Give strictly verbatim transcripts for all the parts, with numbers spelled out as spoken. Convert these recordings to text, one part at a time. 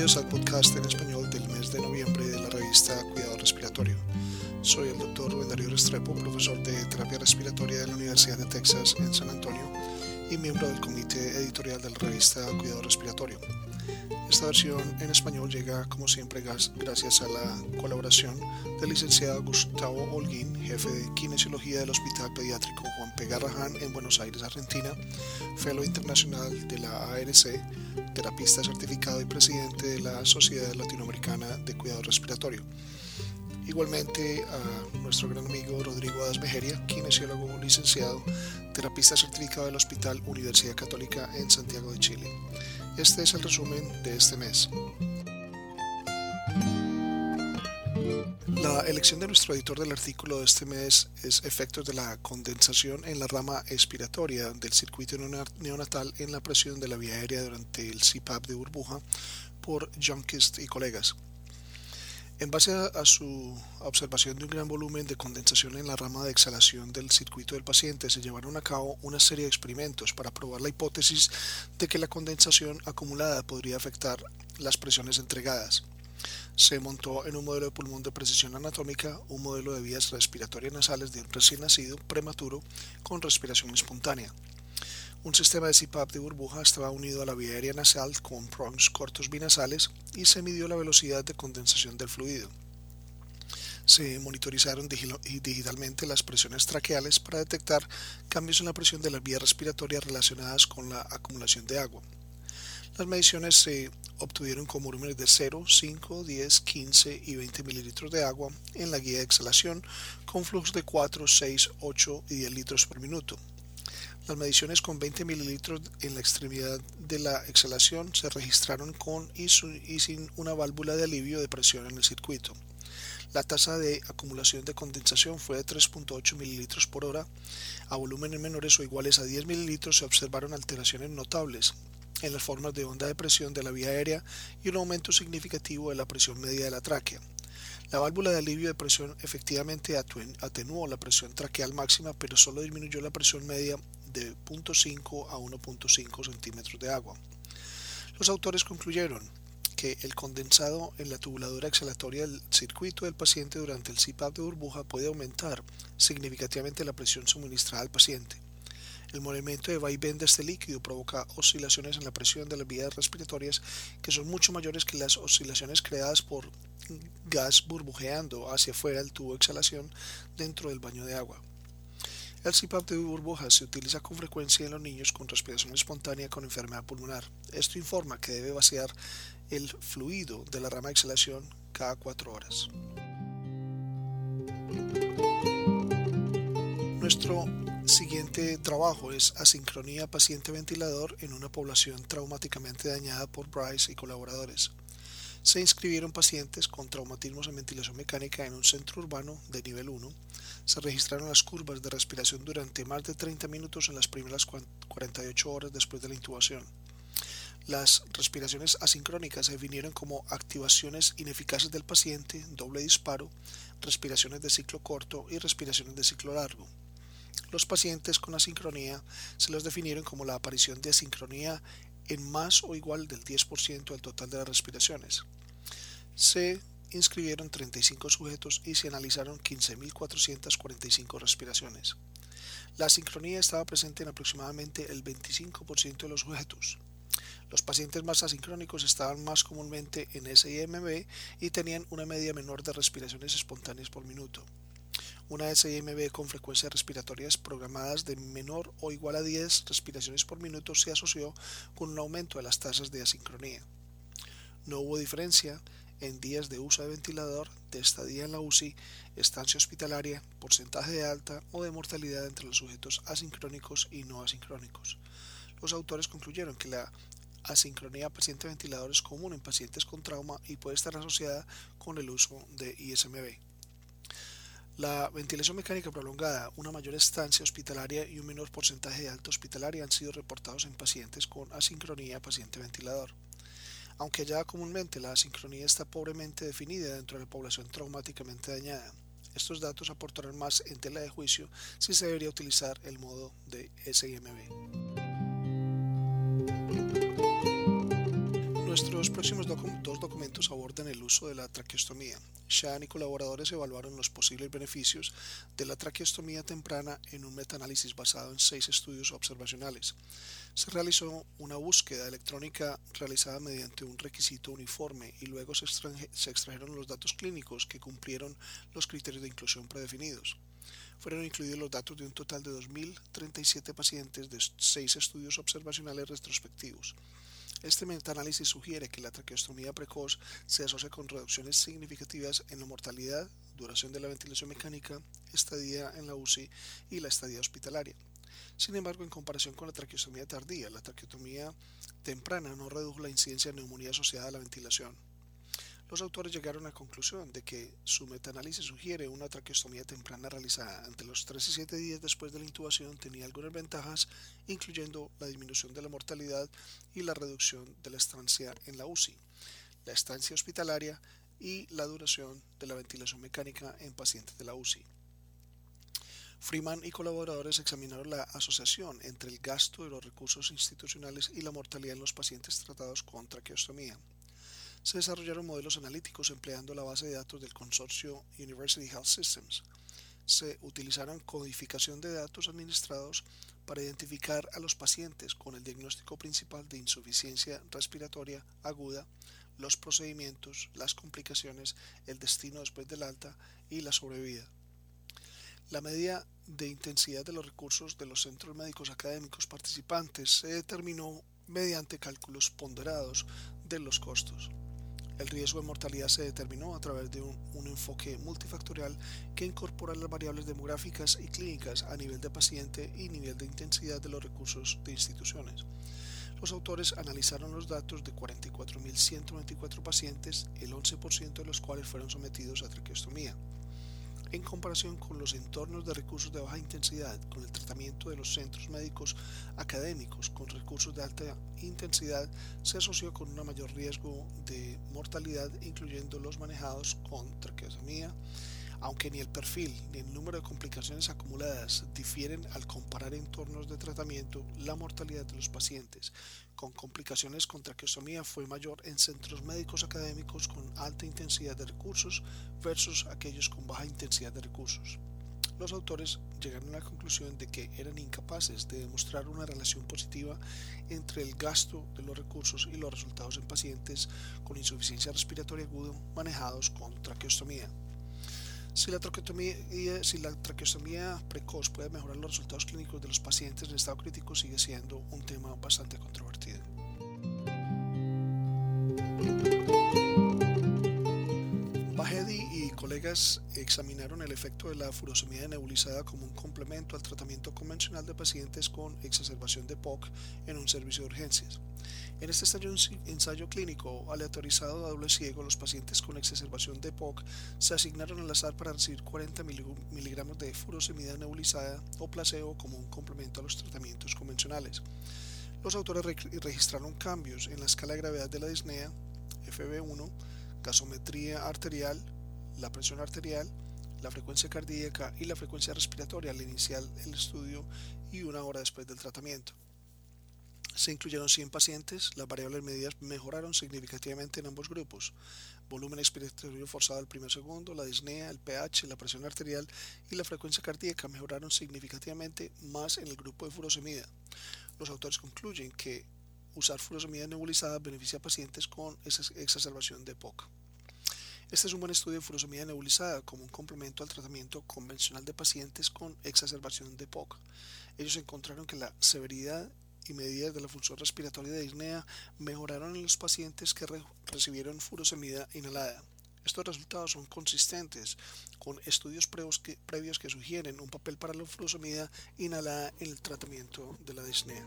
Bienvenidos al podcast en español del mes de noviembre de la revista Cuidado Respiratorio. Soy el doctor Rubén Darío Restrepo, profesor de terapia respiratoria de la Universidad de Texas en San Antonio y miembro del comité editorial de la revista Cuidado Respiratorio. Esta versión en español llega, como siempre, gracias a la colaboración del licenciado Gustavo Holguín, jefe de kinesiología del Hospital Pediátrico Juan P. Garrahan en Buenos Aires, Argentina, fellow internacional de la A R C, terapista certificado y presidente de la Sociedad Latinoamericana de Cuidado Respiratorio. Igualmente a nuestro gran amigo Rodrigo Adas Mejeria, kinesiólogo licenciado, terapista certificado del Hospital Universidad Católica en Santiago de Chile. Este es el resumen de este mes. La elección de nuestro editor del artículo de este mes es efectos de la condensación en la rama expiratoria del circuito neonatal en la presión de la vía aérea durante el C PAP de burbuja por Junquist y colegas. En base a su observación de un gran volumen de condensación en la rama de exhalación del circuito del paciente, se llevaron a cabo una serie de experimentos para probar la hipótesis de que la condensación acumulada podría afectar las presiones entregadas. Se montó en un modelo de pulmón de precisión anatómica un modelo de vías respiratorias nasales de un recién nacido prematuro con respiración espontánea. Un sistema de C PAP de burbuja estaba unido a la vía aérea nasal con prongs cortos binasales y se midió la velocidad de condensación del fluido. Se monitorizaron digitalmente las presiones traqueales para detectar cambios en la presión de las vías respiratorias relacionadas con la acumulación de agua. Las mediciones se obtuvieron con volúmenes de cero, cinco, diez, quince y veinte mililitros de agua en la guía de exhalación con flujos de cuatro, seis, ocho y diez litros por minuto. Las mediciones con veinte mililitros en la extremidad de la exhalación se registraron con y, su, y sin una válvula de alivio de presión en el circuito. La tasa de acumulación de condensación fue de tres punto ocho mililitros por hora. A volúmenes menores o iguales a diez mililitros se observaron alteraciones notables en las formas de onda de presión de la vía aérea y un aumento significativo de la presión media de la tráquea. La válvula de alivio de presión efectivamente atenuó la presión traqueal máxima, pero solo disminuyó la presión media de cero punto cinco a uno punto cinco centímetros de agua. Los autores concluyeron que el condensado en la tubuladura exhalatoria del circuito del paciente durante el C PAP de burbuja puede aumentar significativamente la presión suministrada al paciente. El movimiento de vaivén de este líquido provoca oscilaciones en la presión de las vías respiratorias que son mucho mayores que las oscilaciones creadas por gas burbujeando hacia afuera del tubo de exhalación dentro del baño de agua. El C PAP de burbujas se utiliza con frecuencia en los niños con respiración espontánea con enfermedad pulmonar. Esto informa que debe vaciar el fluido de la rama de exhalación cada cuatro horas. Nuestro siguiente trabajo es asincronía paciente-ventilador en una población traumáticamente dañada por Bryce y colaboradores. Se inscribieron pacientes con traumatismos en ventilación mecánica en un centro urbano de nivel uno. Se registraron las curvas de respiración durante más de treinta minutos en las primeras cuarenta y ocho horas después de la intubación. Las respiraciones asincrónicas se definieron como activaciones ineficaces del paciente, doble disparo, respiraciones de ciclo corto y respiraciones de ciclo largo. Los pacientes con asincronía se los definieron como la aparición de asincronía en más o igual del diez por ciento del total de las respiraciones. Se inscribieron treinta y cinco sujetos y se analizaron quince mil cuatrocientas cuarenta y cinco respiraciones. La asincronía estaba presente en aproximadamente el veinticinco por ciento de los sujetos. Los pacientes más asincrónicos estaban más comúnmente en S I M B y tenían una media menor de respiraciones espontáneas por minuto. Una S I M B con frecuencias respiratorias programadas de menor o igual a diez respiraciones por minuto se asoció con un aumento de las tasas de asincronía. No hubo diferencia en días de uso de ventilador, de estadía en la U C I, estancia hospitalaria, porcentaje de alta o de mortalidad entre los sujetos asincrónicos y no asincrónicos. Los autores concluyeron que la asincronía paciente-ventilador es común en pacientes con trauma y puede estar asociada con el uso de I S M B. La ventilación mecánica prolongada, una mayor estancia hospitalaria y un menor porcentaje de alta hospitalaria han sido reportados en pacientes con asincronía paciente-ventilador. Aunque ya comúnmente la asincronía está pobremente definida dentro de la población traumáticamente dañada, estos datos aportarán más en tela de juicio si se debería utilizar el modo de S I M B. Nuestros próximos docu- dos documentos abordan el uso de la traqueostomía. Shan y colaboradores evaluaron los posibles beneficios de la traqueostomía temprana en un metaanálisis basado en seis estudios observacionales. Se realizó una búsqueda electrónica realizada mediante un requisito uniforme y luego se, se extrajeron los datos clínicos que cumplieron los criterios de inclusión predefinidos. Fueron incluidos los datos de un total de dos mil treinta y siete pacientes de seis estudios observacionales retrospectivos. Este metaanálisis sugiere que la traqueostomía precoz se asocia con reducciones significativas en la mortalidad, duración de la ventilación mecánica, estadía en la U C I y la estadía hospitalaria. Sin embargo, en comparación con la traqueostomía tardía, la traqueostomía temprana no redujo la incidencia de neumonía asociada a la ventilación. Los autores llegaron a la conclusión de que su metaanálisis sugiere una traqueostomía temprana realizada entre los tres y siete días después de la intubación tenía algunas ventajas, incluyendo la disminución de la mortalidad y la reducción de la estancia en la U C I, la estancia hospitalaria y la duración de la ventilación mecánica en pacientes de la U C I. Freeman y colaboradores examinaron la asociación entre el gasto de los recursos institucionales y la mortalidad en los pacientes tratados con traqueostomía. Se desarrollaron modelos analíticos empleando la base de datos del consorcio University Health Systems. Se utilizaron codificación de datos administrados para identificar a los pacientes con el diagnóstico principal de insuficiencia respiratoria aguda, los procedimientos, las complicaciones, el destino después del alta y la sobrevida. La medida de intensidad de los recursos de los centros médicos académicos participantes se determinó mediante cálculos ponderados de los costos. El riesgo de mortalidad se determinó a través de un, un enfoque multifactorial que incorpora las variables demográficas y clínicas a nivel de paciente y nivel de intensidad de los recursos de instituciones. Los autores analizaron los datos de cuarenta y cuatro mil ciento veinticuatro pacientes, el once por ciento de los cuales fueron sometidos a traqueostomía. En comparación con los entornos de recursos de baja intensidad, con el tratamiento de los centros médicos académicos con recursos de alta intensidad, se asoció con un mayor riesgo de mortalidad, incluyendo los manejados con traqueostomía. Aunque ni el perfil ni el número de complicaciones acumuladas difieren al comparar entornos de tratamiento, la mortalidad de los pacientes con complicaciones con traqueostomía fue mayor en centros médicos académicos con alta intensidad de recursos versus aquellos con baja intensidad de recursos. Los autores llegaron a la conclusión de que eran incapaces de demostrar una relación positiva entre el gasto de los recursos y los resultados en pacientes con insuficiencia respiratoria aguda manejados con traqueostomía. Si la, traqueostomía, si la traqueostomía precoz puede mejorar los resultados clínicos de los pacientes en estado crítico, sigue siendo un tema bastante controvertido. Bahedi y colegas examinaron el efecto de la furosemida nebulizada como un complemento al tratamiento convencional de pacientes con exacerbación de P O C en un servicio de urgencias. En este ensayo clínico aleatorizado a doble ciego, los pacientes con exacerbación de P O C se asignaron al azar para recibir cuarenta miligramos de furosemida nebulizada o placebo como un complemento a los tratamientos convencionales. Los autores re registraron cambios en la escala de gravedad de la disnea, F B uno, gasometría arterial, la presión arterial, la frecuencia cardíaca y la frecuencia respiratoria al iniciar el estudio y una hora después del tratamiento. Se incluyeron cien pacientes, las variables medidas mejoraron significativamente en ambos grupos. Volumen expiratorio forzado al primer segundo, la disnea, el pH, la presión arterial y la frecuencia cardíaca mejoraron significativamente más en el grupo de furosemida. Los autores concluyen que usar furosemida nebulizada beneficia a pacientes con exacerbación de P O C. Este es un buen estudio de furosemida nebulizada como un complemento al tratamiento convencional de pacientes con exacerbación de P O C. Ellos encontraron que la severidad y medidas de la función respiratoria de disnea mejoraron en los pacientes que re recibieron furosemida inhalada. Estos resultados son consistentes con estudios previos que, previos que sugieren un papel para la furosemida inhalada en el tratamiento de la disnea.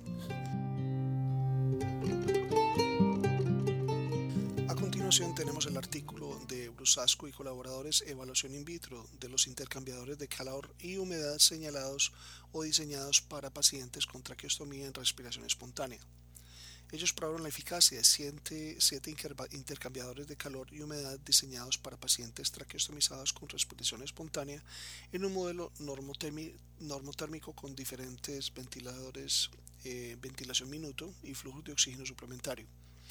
A continuación tenemos el artículo de Brusasco y colaboradores Evaluación in vitro de los intercambiadores de calor y humedad señalados o diseñados para pacientes con traqueostomía en respiración espontánea. Ellos probaron la eficacia de siete intercambiadores de calor y humedad diseñados para pacientes traqueostomizados con respiración espontánea en un modelo normotérmico con diferentes ventiladores, eh, ventilación minuto y flujos de oxígeno suplementario.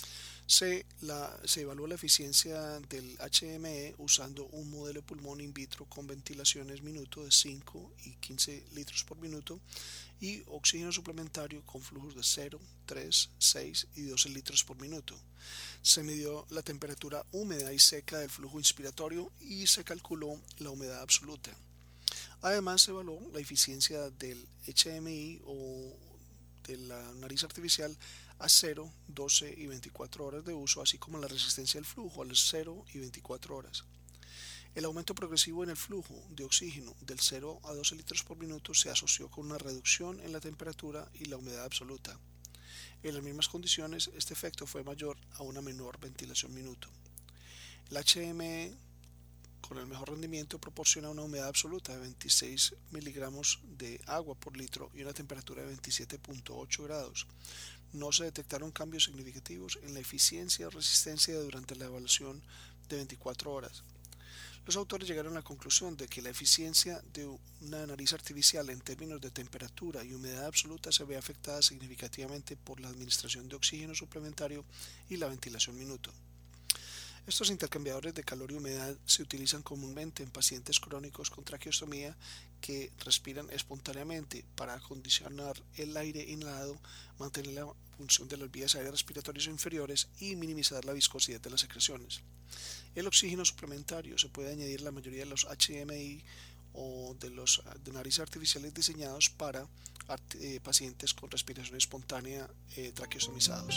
Se, la, se evaluó la eficiencia del H M E usando un modelo de pulmón in vitro con ventilaciones minuto de cinco y quince litros por minuto y oxígeno suplementario con flujos de cero, tres, seis y doce litros por minuto. Se midió la temperatura húmeda y seca del flujo inspiratorio y se calculó la humedad absoluta. Además, se evaluó la eficiencia del H M I o de la nariz artificial a cero, doce y veinticuatro horas de uso, así como la resistencia del flujo a las cero y veinticuatro horas. El aumento progresivo en el flujo de oxígeno del cero a doce litros por minuto se asoció con una reducción en la temperatura y la humedad absoluta. En las mismas condiciones, este efecto fue mayor a una menor ventilación minuto. El H M E con el mejor rendimiento proporciona una humedad absoluta de veintiséis miligramos de agua por litro y una temperatura de veintisiete punto ocho grados. No se detectaron cambios significativos en la eficiencia o resistencia durante la evaluación de veinticuatro horas. Los autores llegaron a la conclusión de que la eficiencia de una nariz artificial en términos de temperatura y humedad absoluta se ve afectada significativamente por la administración de oxígeno suplementario y la ventilación minuto. Estos intercambiadores de calor y humedad se utilizan comúnmente en pacientes crónicos con traqueostomía que respiran espontáneamente para acondicionar el aire inhalado, mantener la función de las vías aéreas respiratorias inferiores y minimizar la viscosidad de las secreciones. El oxígeno suplementario se puede añadir a la mayoría de los H M I o de los de narices artificiales diseñados para eh, pacientes con respiración espontánea eh, traqueostomizados.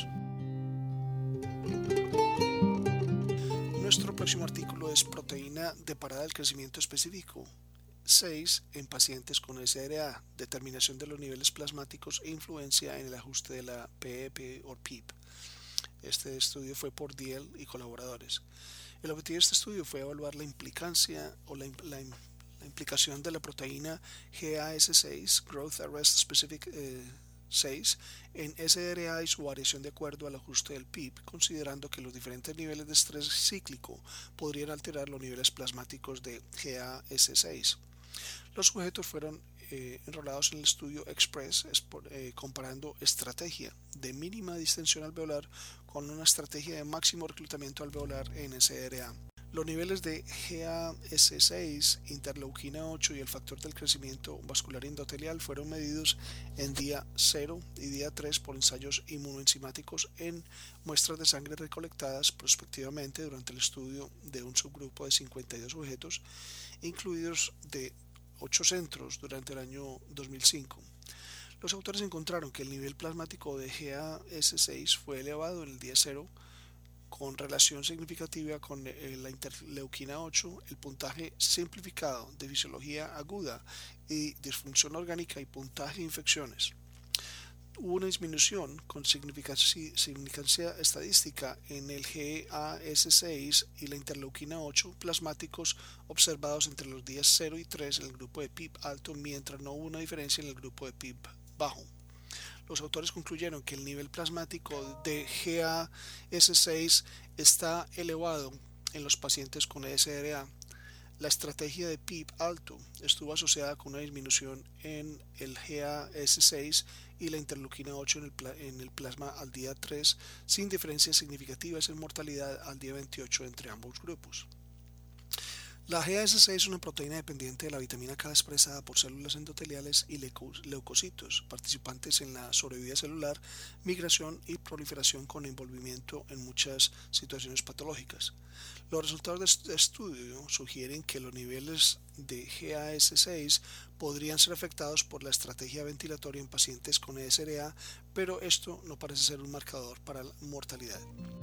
Nuestro próximo artículo es proteína de parada del crecimiento específico seis en pacientes con S R A, determinación de los niveles plasmáticos e influencia en el ajuste de la P E P o P I P. Este estudio fue por Diel y colaboradores. El objetivo de este estudio fue evaluar la implicancia o la, la, la implicación de la proteína G A S seis, Growth Arrest Specific eh, seis, en S R A y su variación de acuerdo al ajuste del P I P, considerando que los diferentes niveles de estrés cíclico podrían alterar los niveles plasmáticos de G A S seis. Los sujetos fueron eh, enrolados en el estudio Express eh, comparando estrategia de mínima distensión alveolar con una estrategia de máximo reclutamiento alveolar en S R A. Los niveles de G A S seis, interleuquina ocho y el factor del crecimiento vascular endotelial fueron medidos en día cero y día tres por ensayos inmunoenzimáticos en muestras de sangre recolectadas prospectivamente durante el estudio de un subgrupo de cincuenta y dos sujetos, incluidos de ocho centros durante el año dos mil cinco. Los autores encontraron que el nivel plasmático de G A S seis fue elevado en el día cero con relación significativa con la interleuquina ocho, el puntaje simplificado de fisiología aguda y disfunción orgánica y puntaje de infecciones. Hubo una disminución con significancia, significancia estadística en el G A S seis y la interleuquina ocho plasmáticos observados entre los días cero y tres en el grupo de P I P alto, mientras no hubo una diferencia en el grupo de P I P bajo. Los autores concluyeron que el nivel plasmático de G A S seis está elevado en los pacientes con S R A. La estrategia de P I P alto estuvo asociada con una disminución en el G A S seis y la interleuquina ocho en el, pla en el plasma al día tres, sin diferencias significativas en mortalidad al día veintiocho entre ambos grupos. La G A S seis es una proteína dependiente de la vitamina K expresada por células endoteliales y leucocitos, participantes en la sobrevida celular, migración y proliferación con envolvimiento en muchas situaciones patológicas. Los resultados de este estudio sugieren que los niveles de G A S seis podrían ser afectados por la estrategia ventilatoria en pacientes con S R A, pero esto no parece ser un marcador para la mortalidad.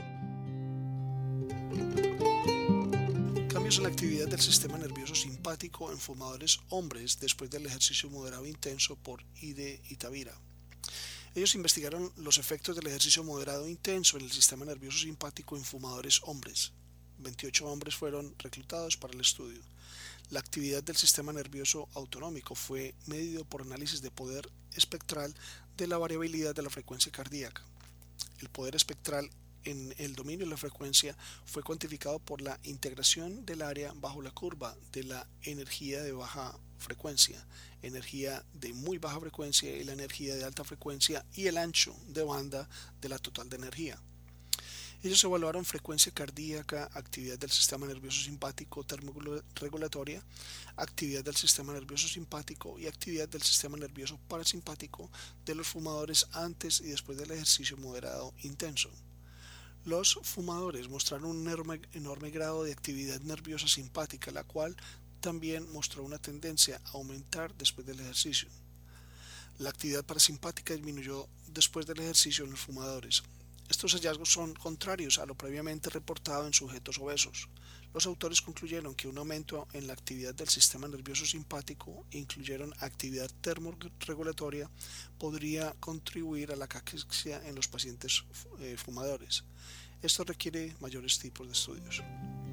Cambios en la actividad del sistema nervioso simpático en fumadores hombres después del ejercicio moderado intenso por Ide y Tavira. Ellos investigaron los efectos del ejercicio moderado intenso en el sistema nervioso simpático en fumadores hombres. veintiocho hombres fueron reclutados para el estudio. La actividad del sistema nervioso autonómico fue medido por análisis de poder espectral de la variabilidad de la frecuencia cardíaca. El poder espectral en el dominio de la frecuencia fue cuantificado por la integración del área bajo la curva de la energía de baja frecuencia, energía de muy baja frecuencia y la energía de alta frecuencia y el ancho de banda de la total de energía. Ellos evaluaron frecuencia cardíaca, actividad del sistema nervioso simpático termorregulatoria, actividad del sistema nervioso simpático y actividad del sistema nervioso parasimpático de los fumadores antes y después del ejercicio moderado intenso. Los fumadores mostraron un enorme, enorme grado de actividad nerviosa simpática, la cual también mostró una tendencia a aumentar después del ejercicio. La actividad parasimpática disminuyó después del ejercicio en los fumadores. Estos hallazgos son contrarios a lo previamente reportado en sujetos obesos. Los autores concluyeron que un aumento en la actividad del sistema nervioso simpático, incluyeron actividad termorregulatoria, podría contribuir a la caquexia en los pacientes eh, fumadores. Esto requiere mayores tipos de estudios.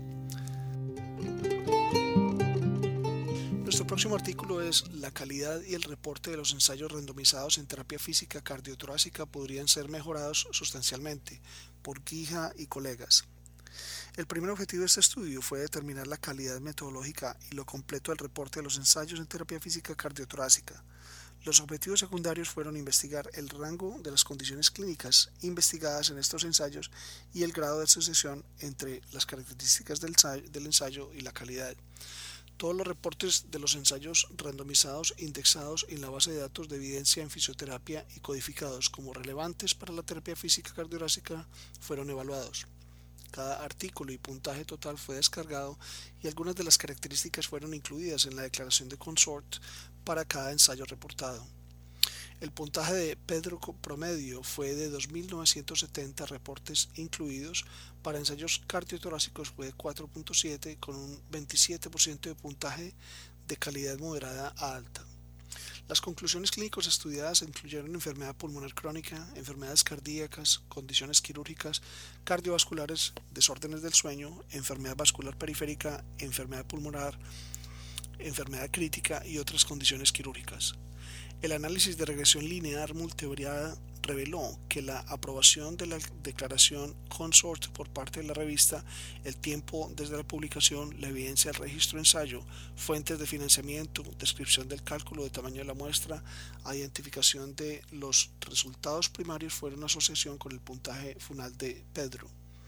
Nuestro próximo artículo es "La calidad y el reporte de los ensayos randomizados en terapia física cardiotorácica podrían ser mejorados sustancialmente", por Guija y colegas. El primer objetivo de este estudio fue determinar la calidad metodológica y lo completo del reporte de los ensayos en terapia física cardiotorácica. Los objetivos secundarios fueron investigar el rango de las condiciones clínicas investigadas en estos ensayos y el grado de asociación entre las características del ensayo, del ensayo y la calidad. Todos los reportes de los ensayos randomizados indexados en la base de datos de evidencia en fisioterapia y codificados como relevantes para la terapia física cardiotorácica fueron evaluados. Cada artículo y puntaje total fue descargado y algunas de las características fueron incluidas en la declaración de consort para cada ensayo reportado. El puntaje de Pedro promedio fue de dos mil novecientos setenta reportes incluidos. Para ensayos cardiotorácicos fue de cuatro punto siete con un veintisiete por ciento de puntaje de calidad moderada a alta. Las conclusiones clínicas estudiadas incluyeron enfermedad pulmonar crónica, enfermedades cardíacas, condiciones quirúrgicas, cardiovasculares, desórdenes del sueño, enfermedad vascular periférica, enfermedad pulmonar, enfermedad crítica y otras condiciones quirúrgicas. El análisis de regresión lineal multivariada reveló que la aprobación de la declaración consort por parte de la revista, el tiempo desde la publicación, la evidencia del registro ensayo, fuentes de financiamiento, descripción del cálculo de tamaño de la muestra, identificación de los resultados primarios fueron en asociación con el puntaje final de Pedro.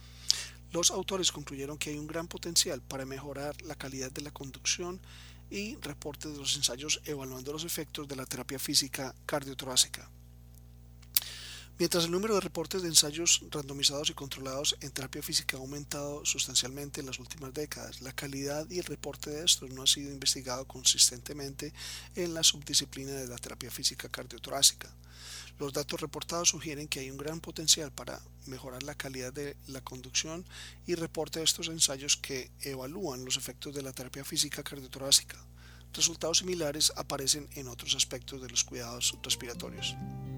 Los autores concluyeron que hay un gran potencial para mejorar la calidad de la conducción y reportes de los ensayos evaluando los efectos de la terapia física cardiotorácica. Mientras el número de reportes de ensayos randomizados y controlados en terapia física ha aumentado sustancialmente en las últimas décadas, la calidad y el reporte de estos no ha sido investigado consistentemente en la subdisciplina de la terapia física cardiotorácica. Los datos reportados sugieren que hay un gran potencial para mejorar la calidad de la conducción y reporte de estos ensayos que evalúan los efectos de la terapia física cardiotorácica. Resultados similares aparecen en otros aspectos de los cuidados respiratorios.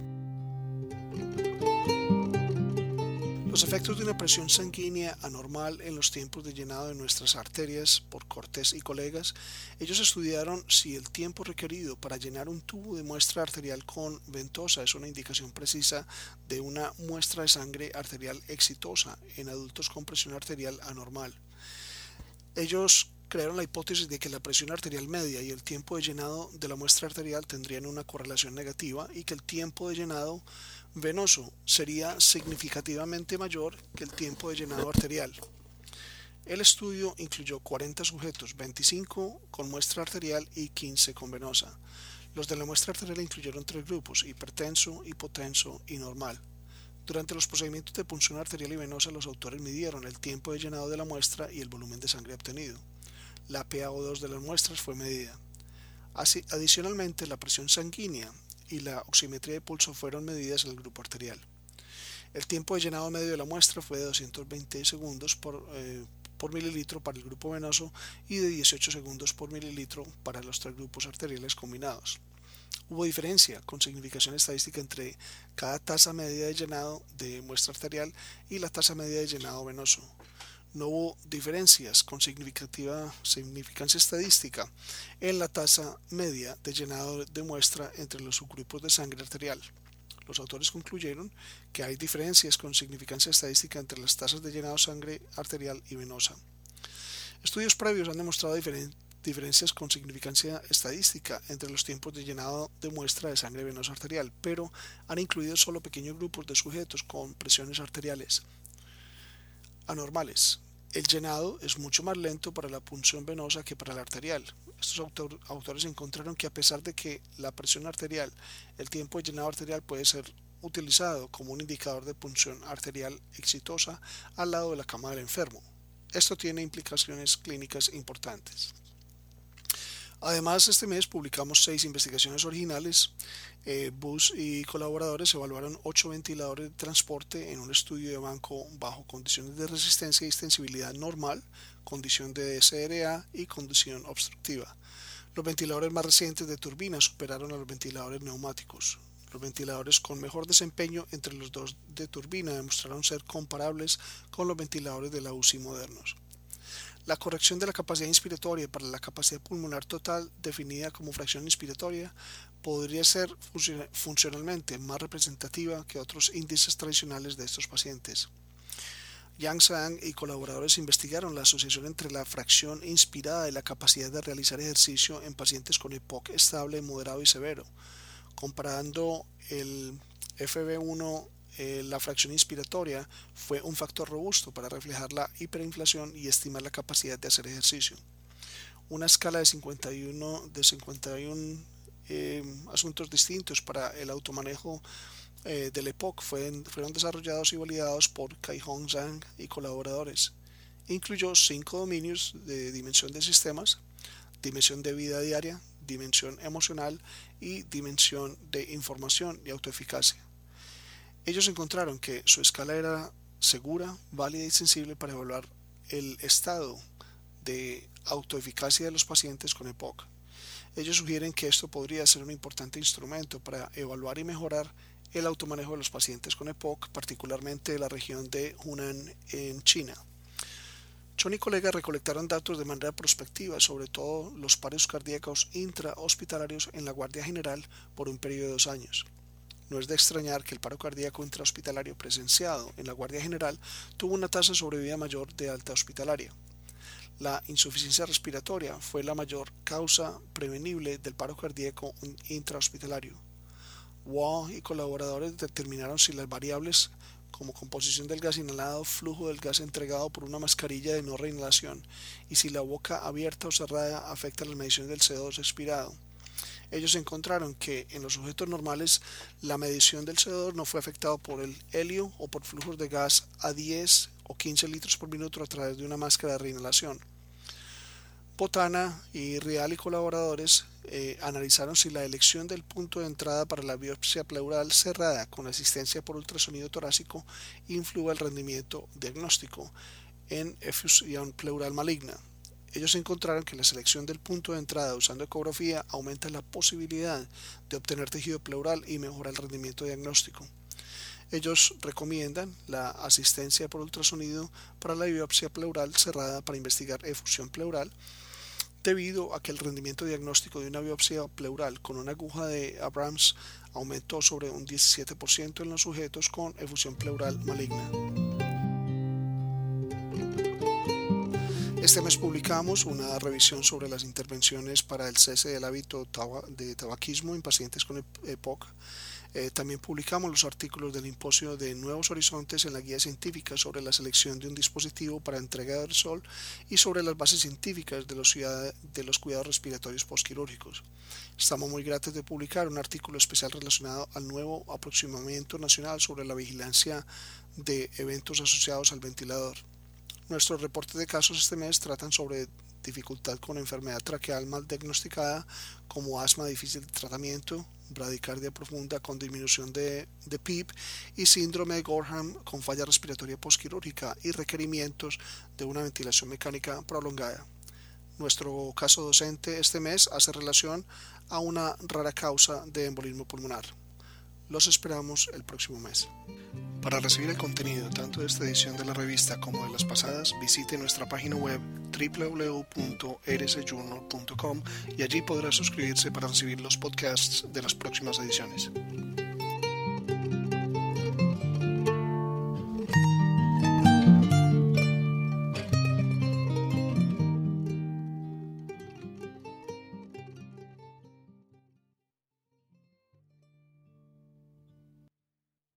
Los efectos de una presión sanguínea anormal en los tiempos de llenado de nuestras arterias por Cortés y colegas. Ellos estudiaron si el tiempo requerido para llenar un tubo de muestra arterial con ventosa es una indicación precisa de una muestra de sangre arterial exitosa en adultos con presión arterial anormal. Ellos crearon la hipótesis de que la presión arterial media y el tiempo de llenado de la muestra arterial tendrían una correlación negativa y que el tiempo de llenado venoso sería significativamente mayor que el tiempo de llenado arterial. El estudio incluyó cuarenta sujetos, veinticinco con muestra arterial y quince con venosa. Los de la muestra arterial incluyeron tres grupos: hipertenso, hipotenso y normal. Durante los procedimientos de punción arterial y venosa, los autores midieron el tiempo de llenado de la muestra y el volumen de sangre obtenido. La P a O dos de las muestras fue medida. Así, adicionalmente, la presión sanguínea y la oximetría de pulso fueron medidas en el grupo arterial. El tiempo de llenado medio de la muestra fue de doscientos veinte segundos por, eh, por mililitro para el grupo venoso y de dieciocho segundos por mililitro para los tres grupos arteriales combinados. Hubo diferencia con significación estadística entre cada tasa media de llenado de muestra arterial y la tasa media de llenado venoso. No hubo diferencias con significativa significancia estadística en la tasa media de llenado de muestra entre los subgrupos de sangre arterial. Los autores concluyeron que hay diferencias con significancia estadística entre las tasas de llenado de sangre arterial y venosa. Estudios previos han demostrado diferen- diferencias con significancia estadística entre los tiempos de llenado de muestra de sangre venosa arterial, pero han incluido solo pequeños grupos de sujetos con presiones arteriales. anormales. El llenado es mucho más lento para la punción venosa que para la arterial. Estos autor, autores encontraron que a pesar de que la presión arterial, el tiempo de llenado arterial puede ser utilizado como un indicador de punción arterial exitosa al lado de la cama del enfermo. Esto tiene implicaciones clínicas importantes. Además, este mes publicamos seis investigaciones originales. Eh, Bush y colaboradores evaluaron ocho ventiladores de transporte en un estudio de banco bajo condiciones de resistencia y extensibilidad normal, condición de D S R A y condición obstructiva. Los ventiladores más recientes de turbina superaron a los ventiladores neumáticos. Los ventiladores con mejor desempeño entre los dos de turbina demostraron ser comparables con los ventiladores de la U C I modernos. La corrección de la capacidad inspiratoria para la capacidad pulmonar total, definida como fracción inspiratoria, podría ser funcionalmente más representativa que otros índices tradicionales de estos pacientes. Yang Zhang y colaboradores investigaron la asociación entre la fracción inspirada y la capacidad de realizar ejercicio en pacientes con E P O C estable, moderado y severo. Comparando el F B uno, eh, la fracción inspiratoria fue un factor robusto para reflejar la hiperinflación y estimar la capacidad de hacer ejercicio. Una escala de cincuenta y uno, de cincuenta y uno eh, asuntos distintos para el automanejo eh, del E P O C fueron, fueron desarrollados y validados por Kai-Hong Zhang y colaboradores. Incluyó cinco dominios de dimensión de sistemas, dimensión de vida diaria, dimensión emocional y dimensión de información y autoeficacia. Ellos encontraron que su escala era segura, válida y sensible para evaluar el estado de autoeficacia de los pacientes con E P O C. Ellos sugieren que esto podría ser un importante instrumento para evaluar y mejorar el automanejo de los pacientes con E P O C, particularmente de la región de Hunan en China. Chon y colegas recolectaron datos de manera prospectiva sobre todo los paros cardíacos intrahospitalarios en la Guardia General por un periodo de dos años. No es de extrañar que el paro cardíaco intrahospitalario presenciado en la Guardia General tuvo una tasa de sobrevida mayor de alta hospitalaria. La insuficiencia respiratoria fue la mayor causa prevenible del paro cardíaco intrahospitalario. Wah y colaboradores determinaron si las variables como composición del gas inhalado, flujo del gas entregado por una mascarilla de no reinhalación y si la boca abierta o cerrada afecta las mediciones del C O dos expirado. Ellos encontraron que en los sujetos normales la medición del C O dos no fue afectado por el helio o por flujos de gas a diez o quince litros por minuto a través de una máscara de reinhalación. Botana y Rial y colaboradores eh, analizaron si la elección del punto de entrada para la biopsia pleural cerrada con asistencia por ultrasonido torácico influye el rendimiento diagnóstico en efusión pleural maligna. Ellos encontraron que la selección del punto de entrada usando ecografía aumenta la posibilidad de obtener tejido pleural y mejora el rendimiento diagnóstico. Ellos recomiendan la asistencia por ultrasonido para la biopsia pleural cerrada para investigar efusión pleural, debido a que el rendimiento diagnóstico de una biopsia pleural con una aguja de Abrams aumentó sobre un diecisiete por ciento en los sujetos con efusión pleural maligna. Este mes publicamos una revisión sobre las intervenciones para el cese del hábito de tabaquismo en pacientes con E P O C. Eh, también publicamos los artículos del Simposio de Nuevos Horizontes en la guía científica sobre la selección de un dispositivo para entrega del sol y sobre las bases científicas de los, de los cuidados respiratorios postquirúrgicos. Estamos muy gratos de publicar un artículo especial relacionado al nuevo aproximamiento nacional sobre la vigilancia de eventos asociados al ventilador. Nuestros reportes de casos este mes tratan sobre dificultad con enfermedad traqueal mal diagnosticada como asma difícil de tratamiento, bradicardia profunda con disminución de, de P I B y síndrome de Gorham con falla respiratoria postquirúrgica y requerimientos de una ventilación mecánica prolongada. Nuestro caso docente este mes hace relación a una rara causa de embolismo pulmonar. Los esperamos el próximo mes. Para recibir el contenido tanto de esta edición de la revista como de las pasadas, visite nuestra página web doble u doble u doble u punto r s journal punto com y allí podrá suscribirse para recibir los podcasts de las próximas ediciones.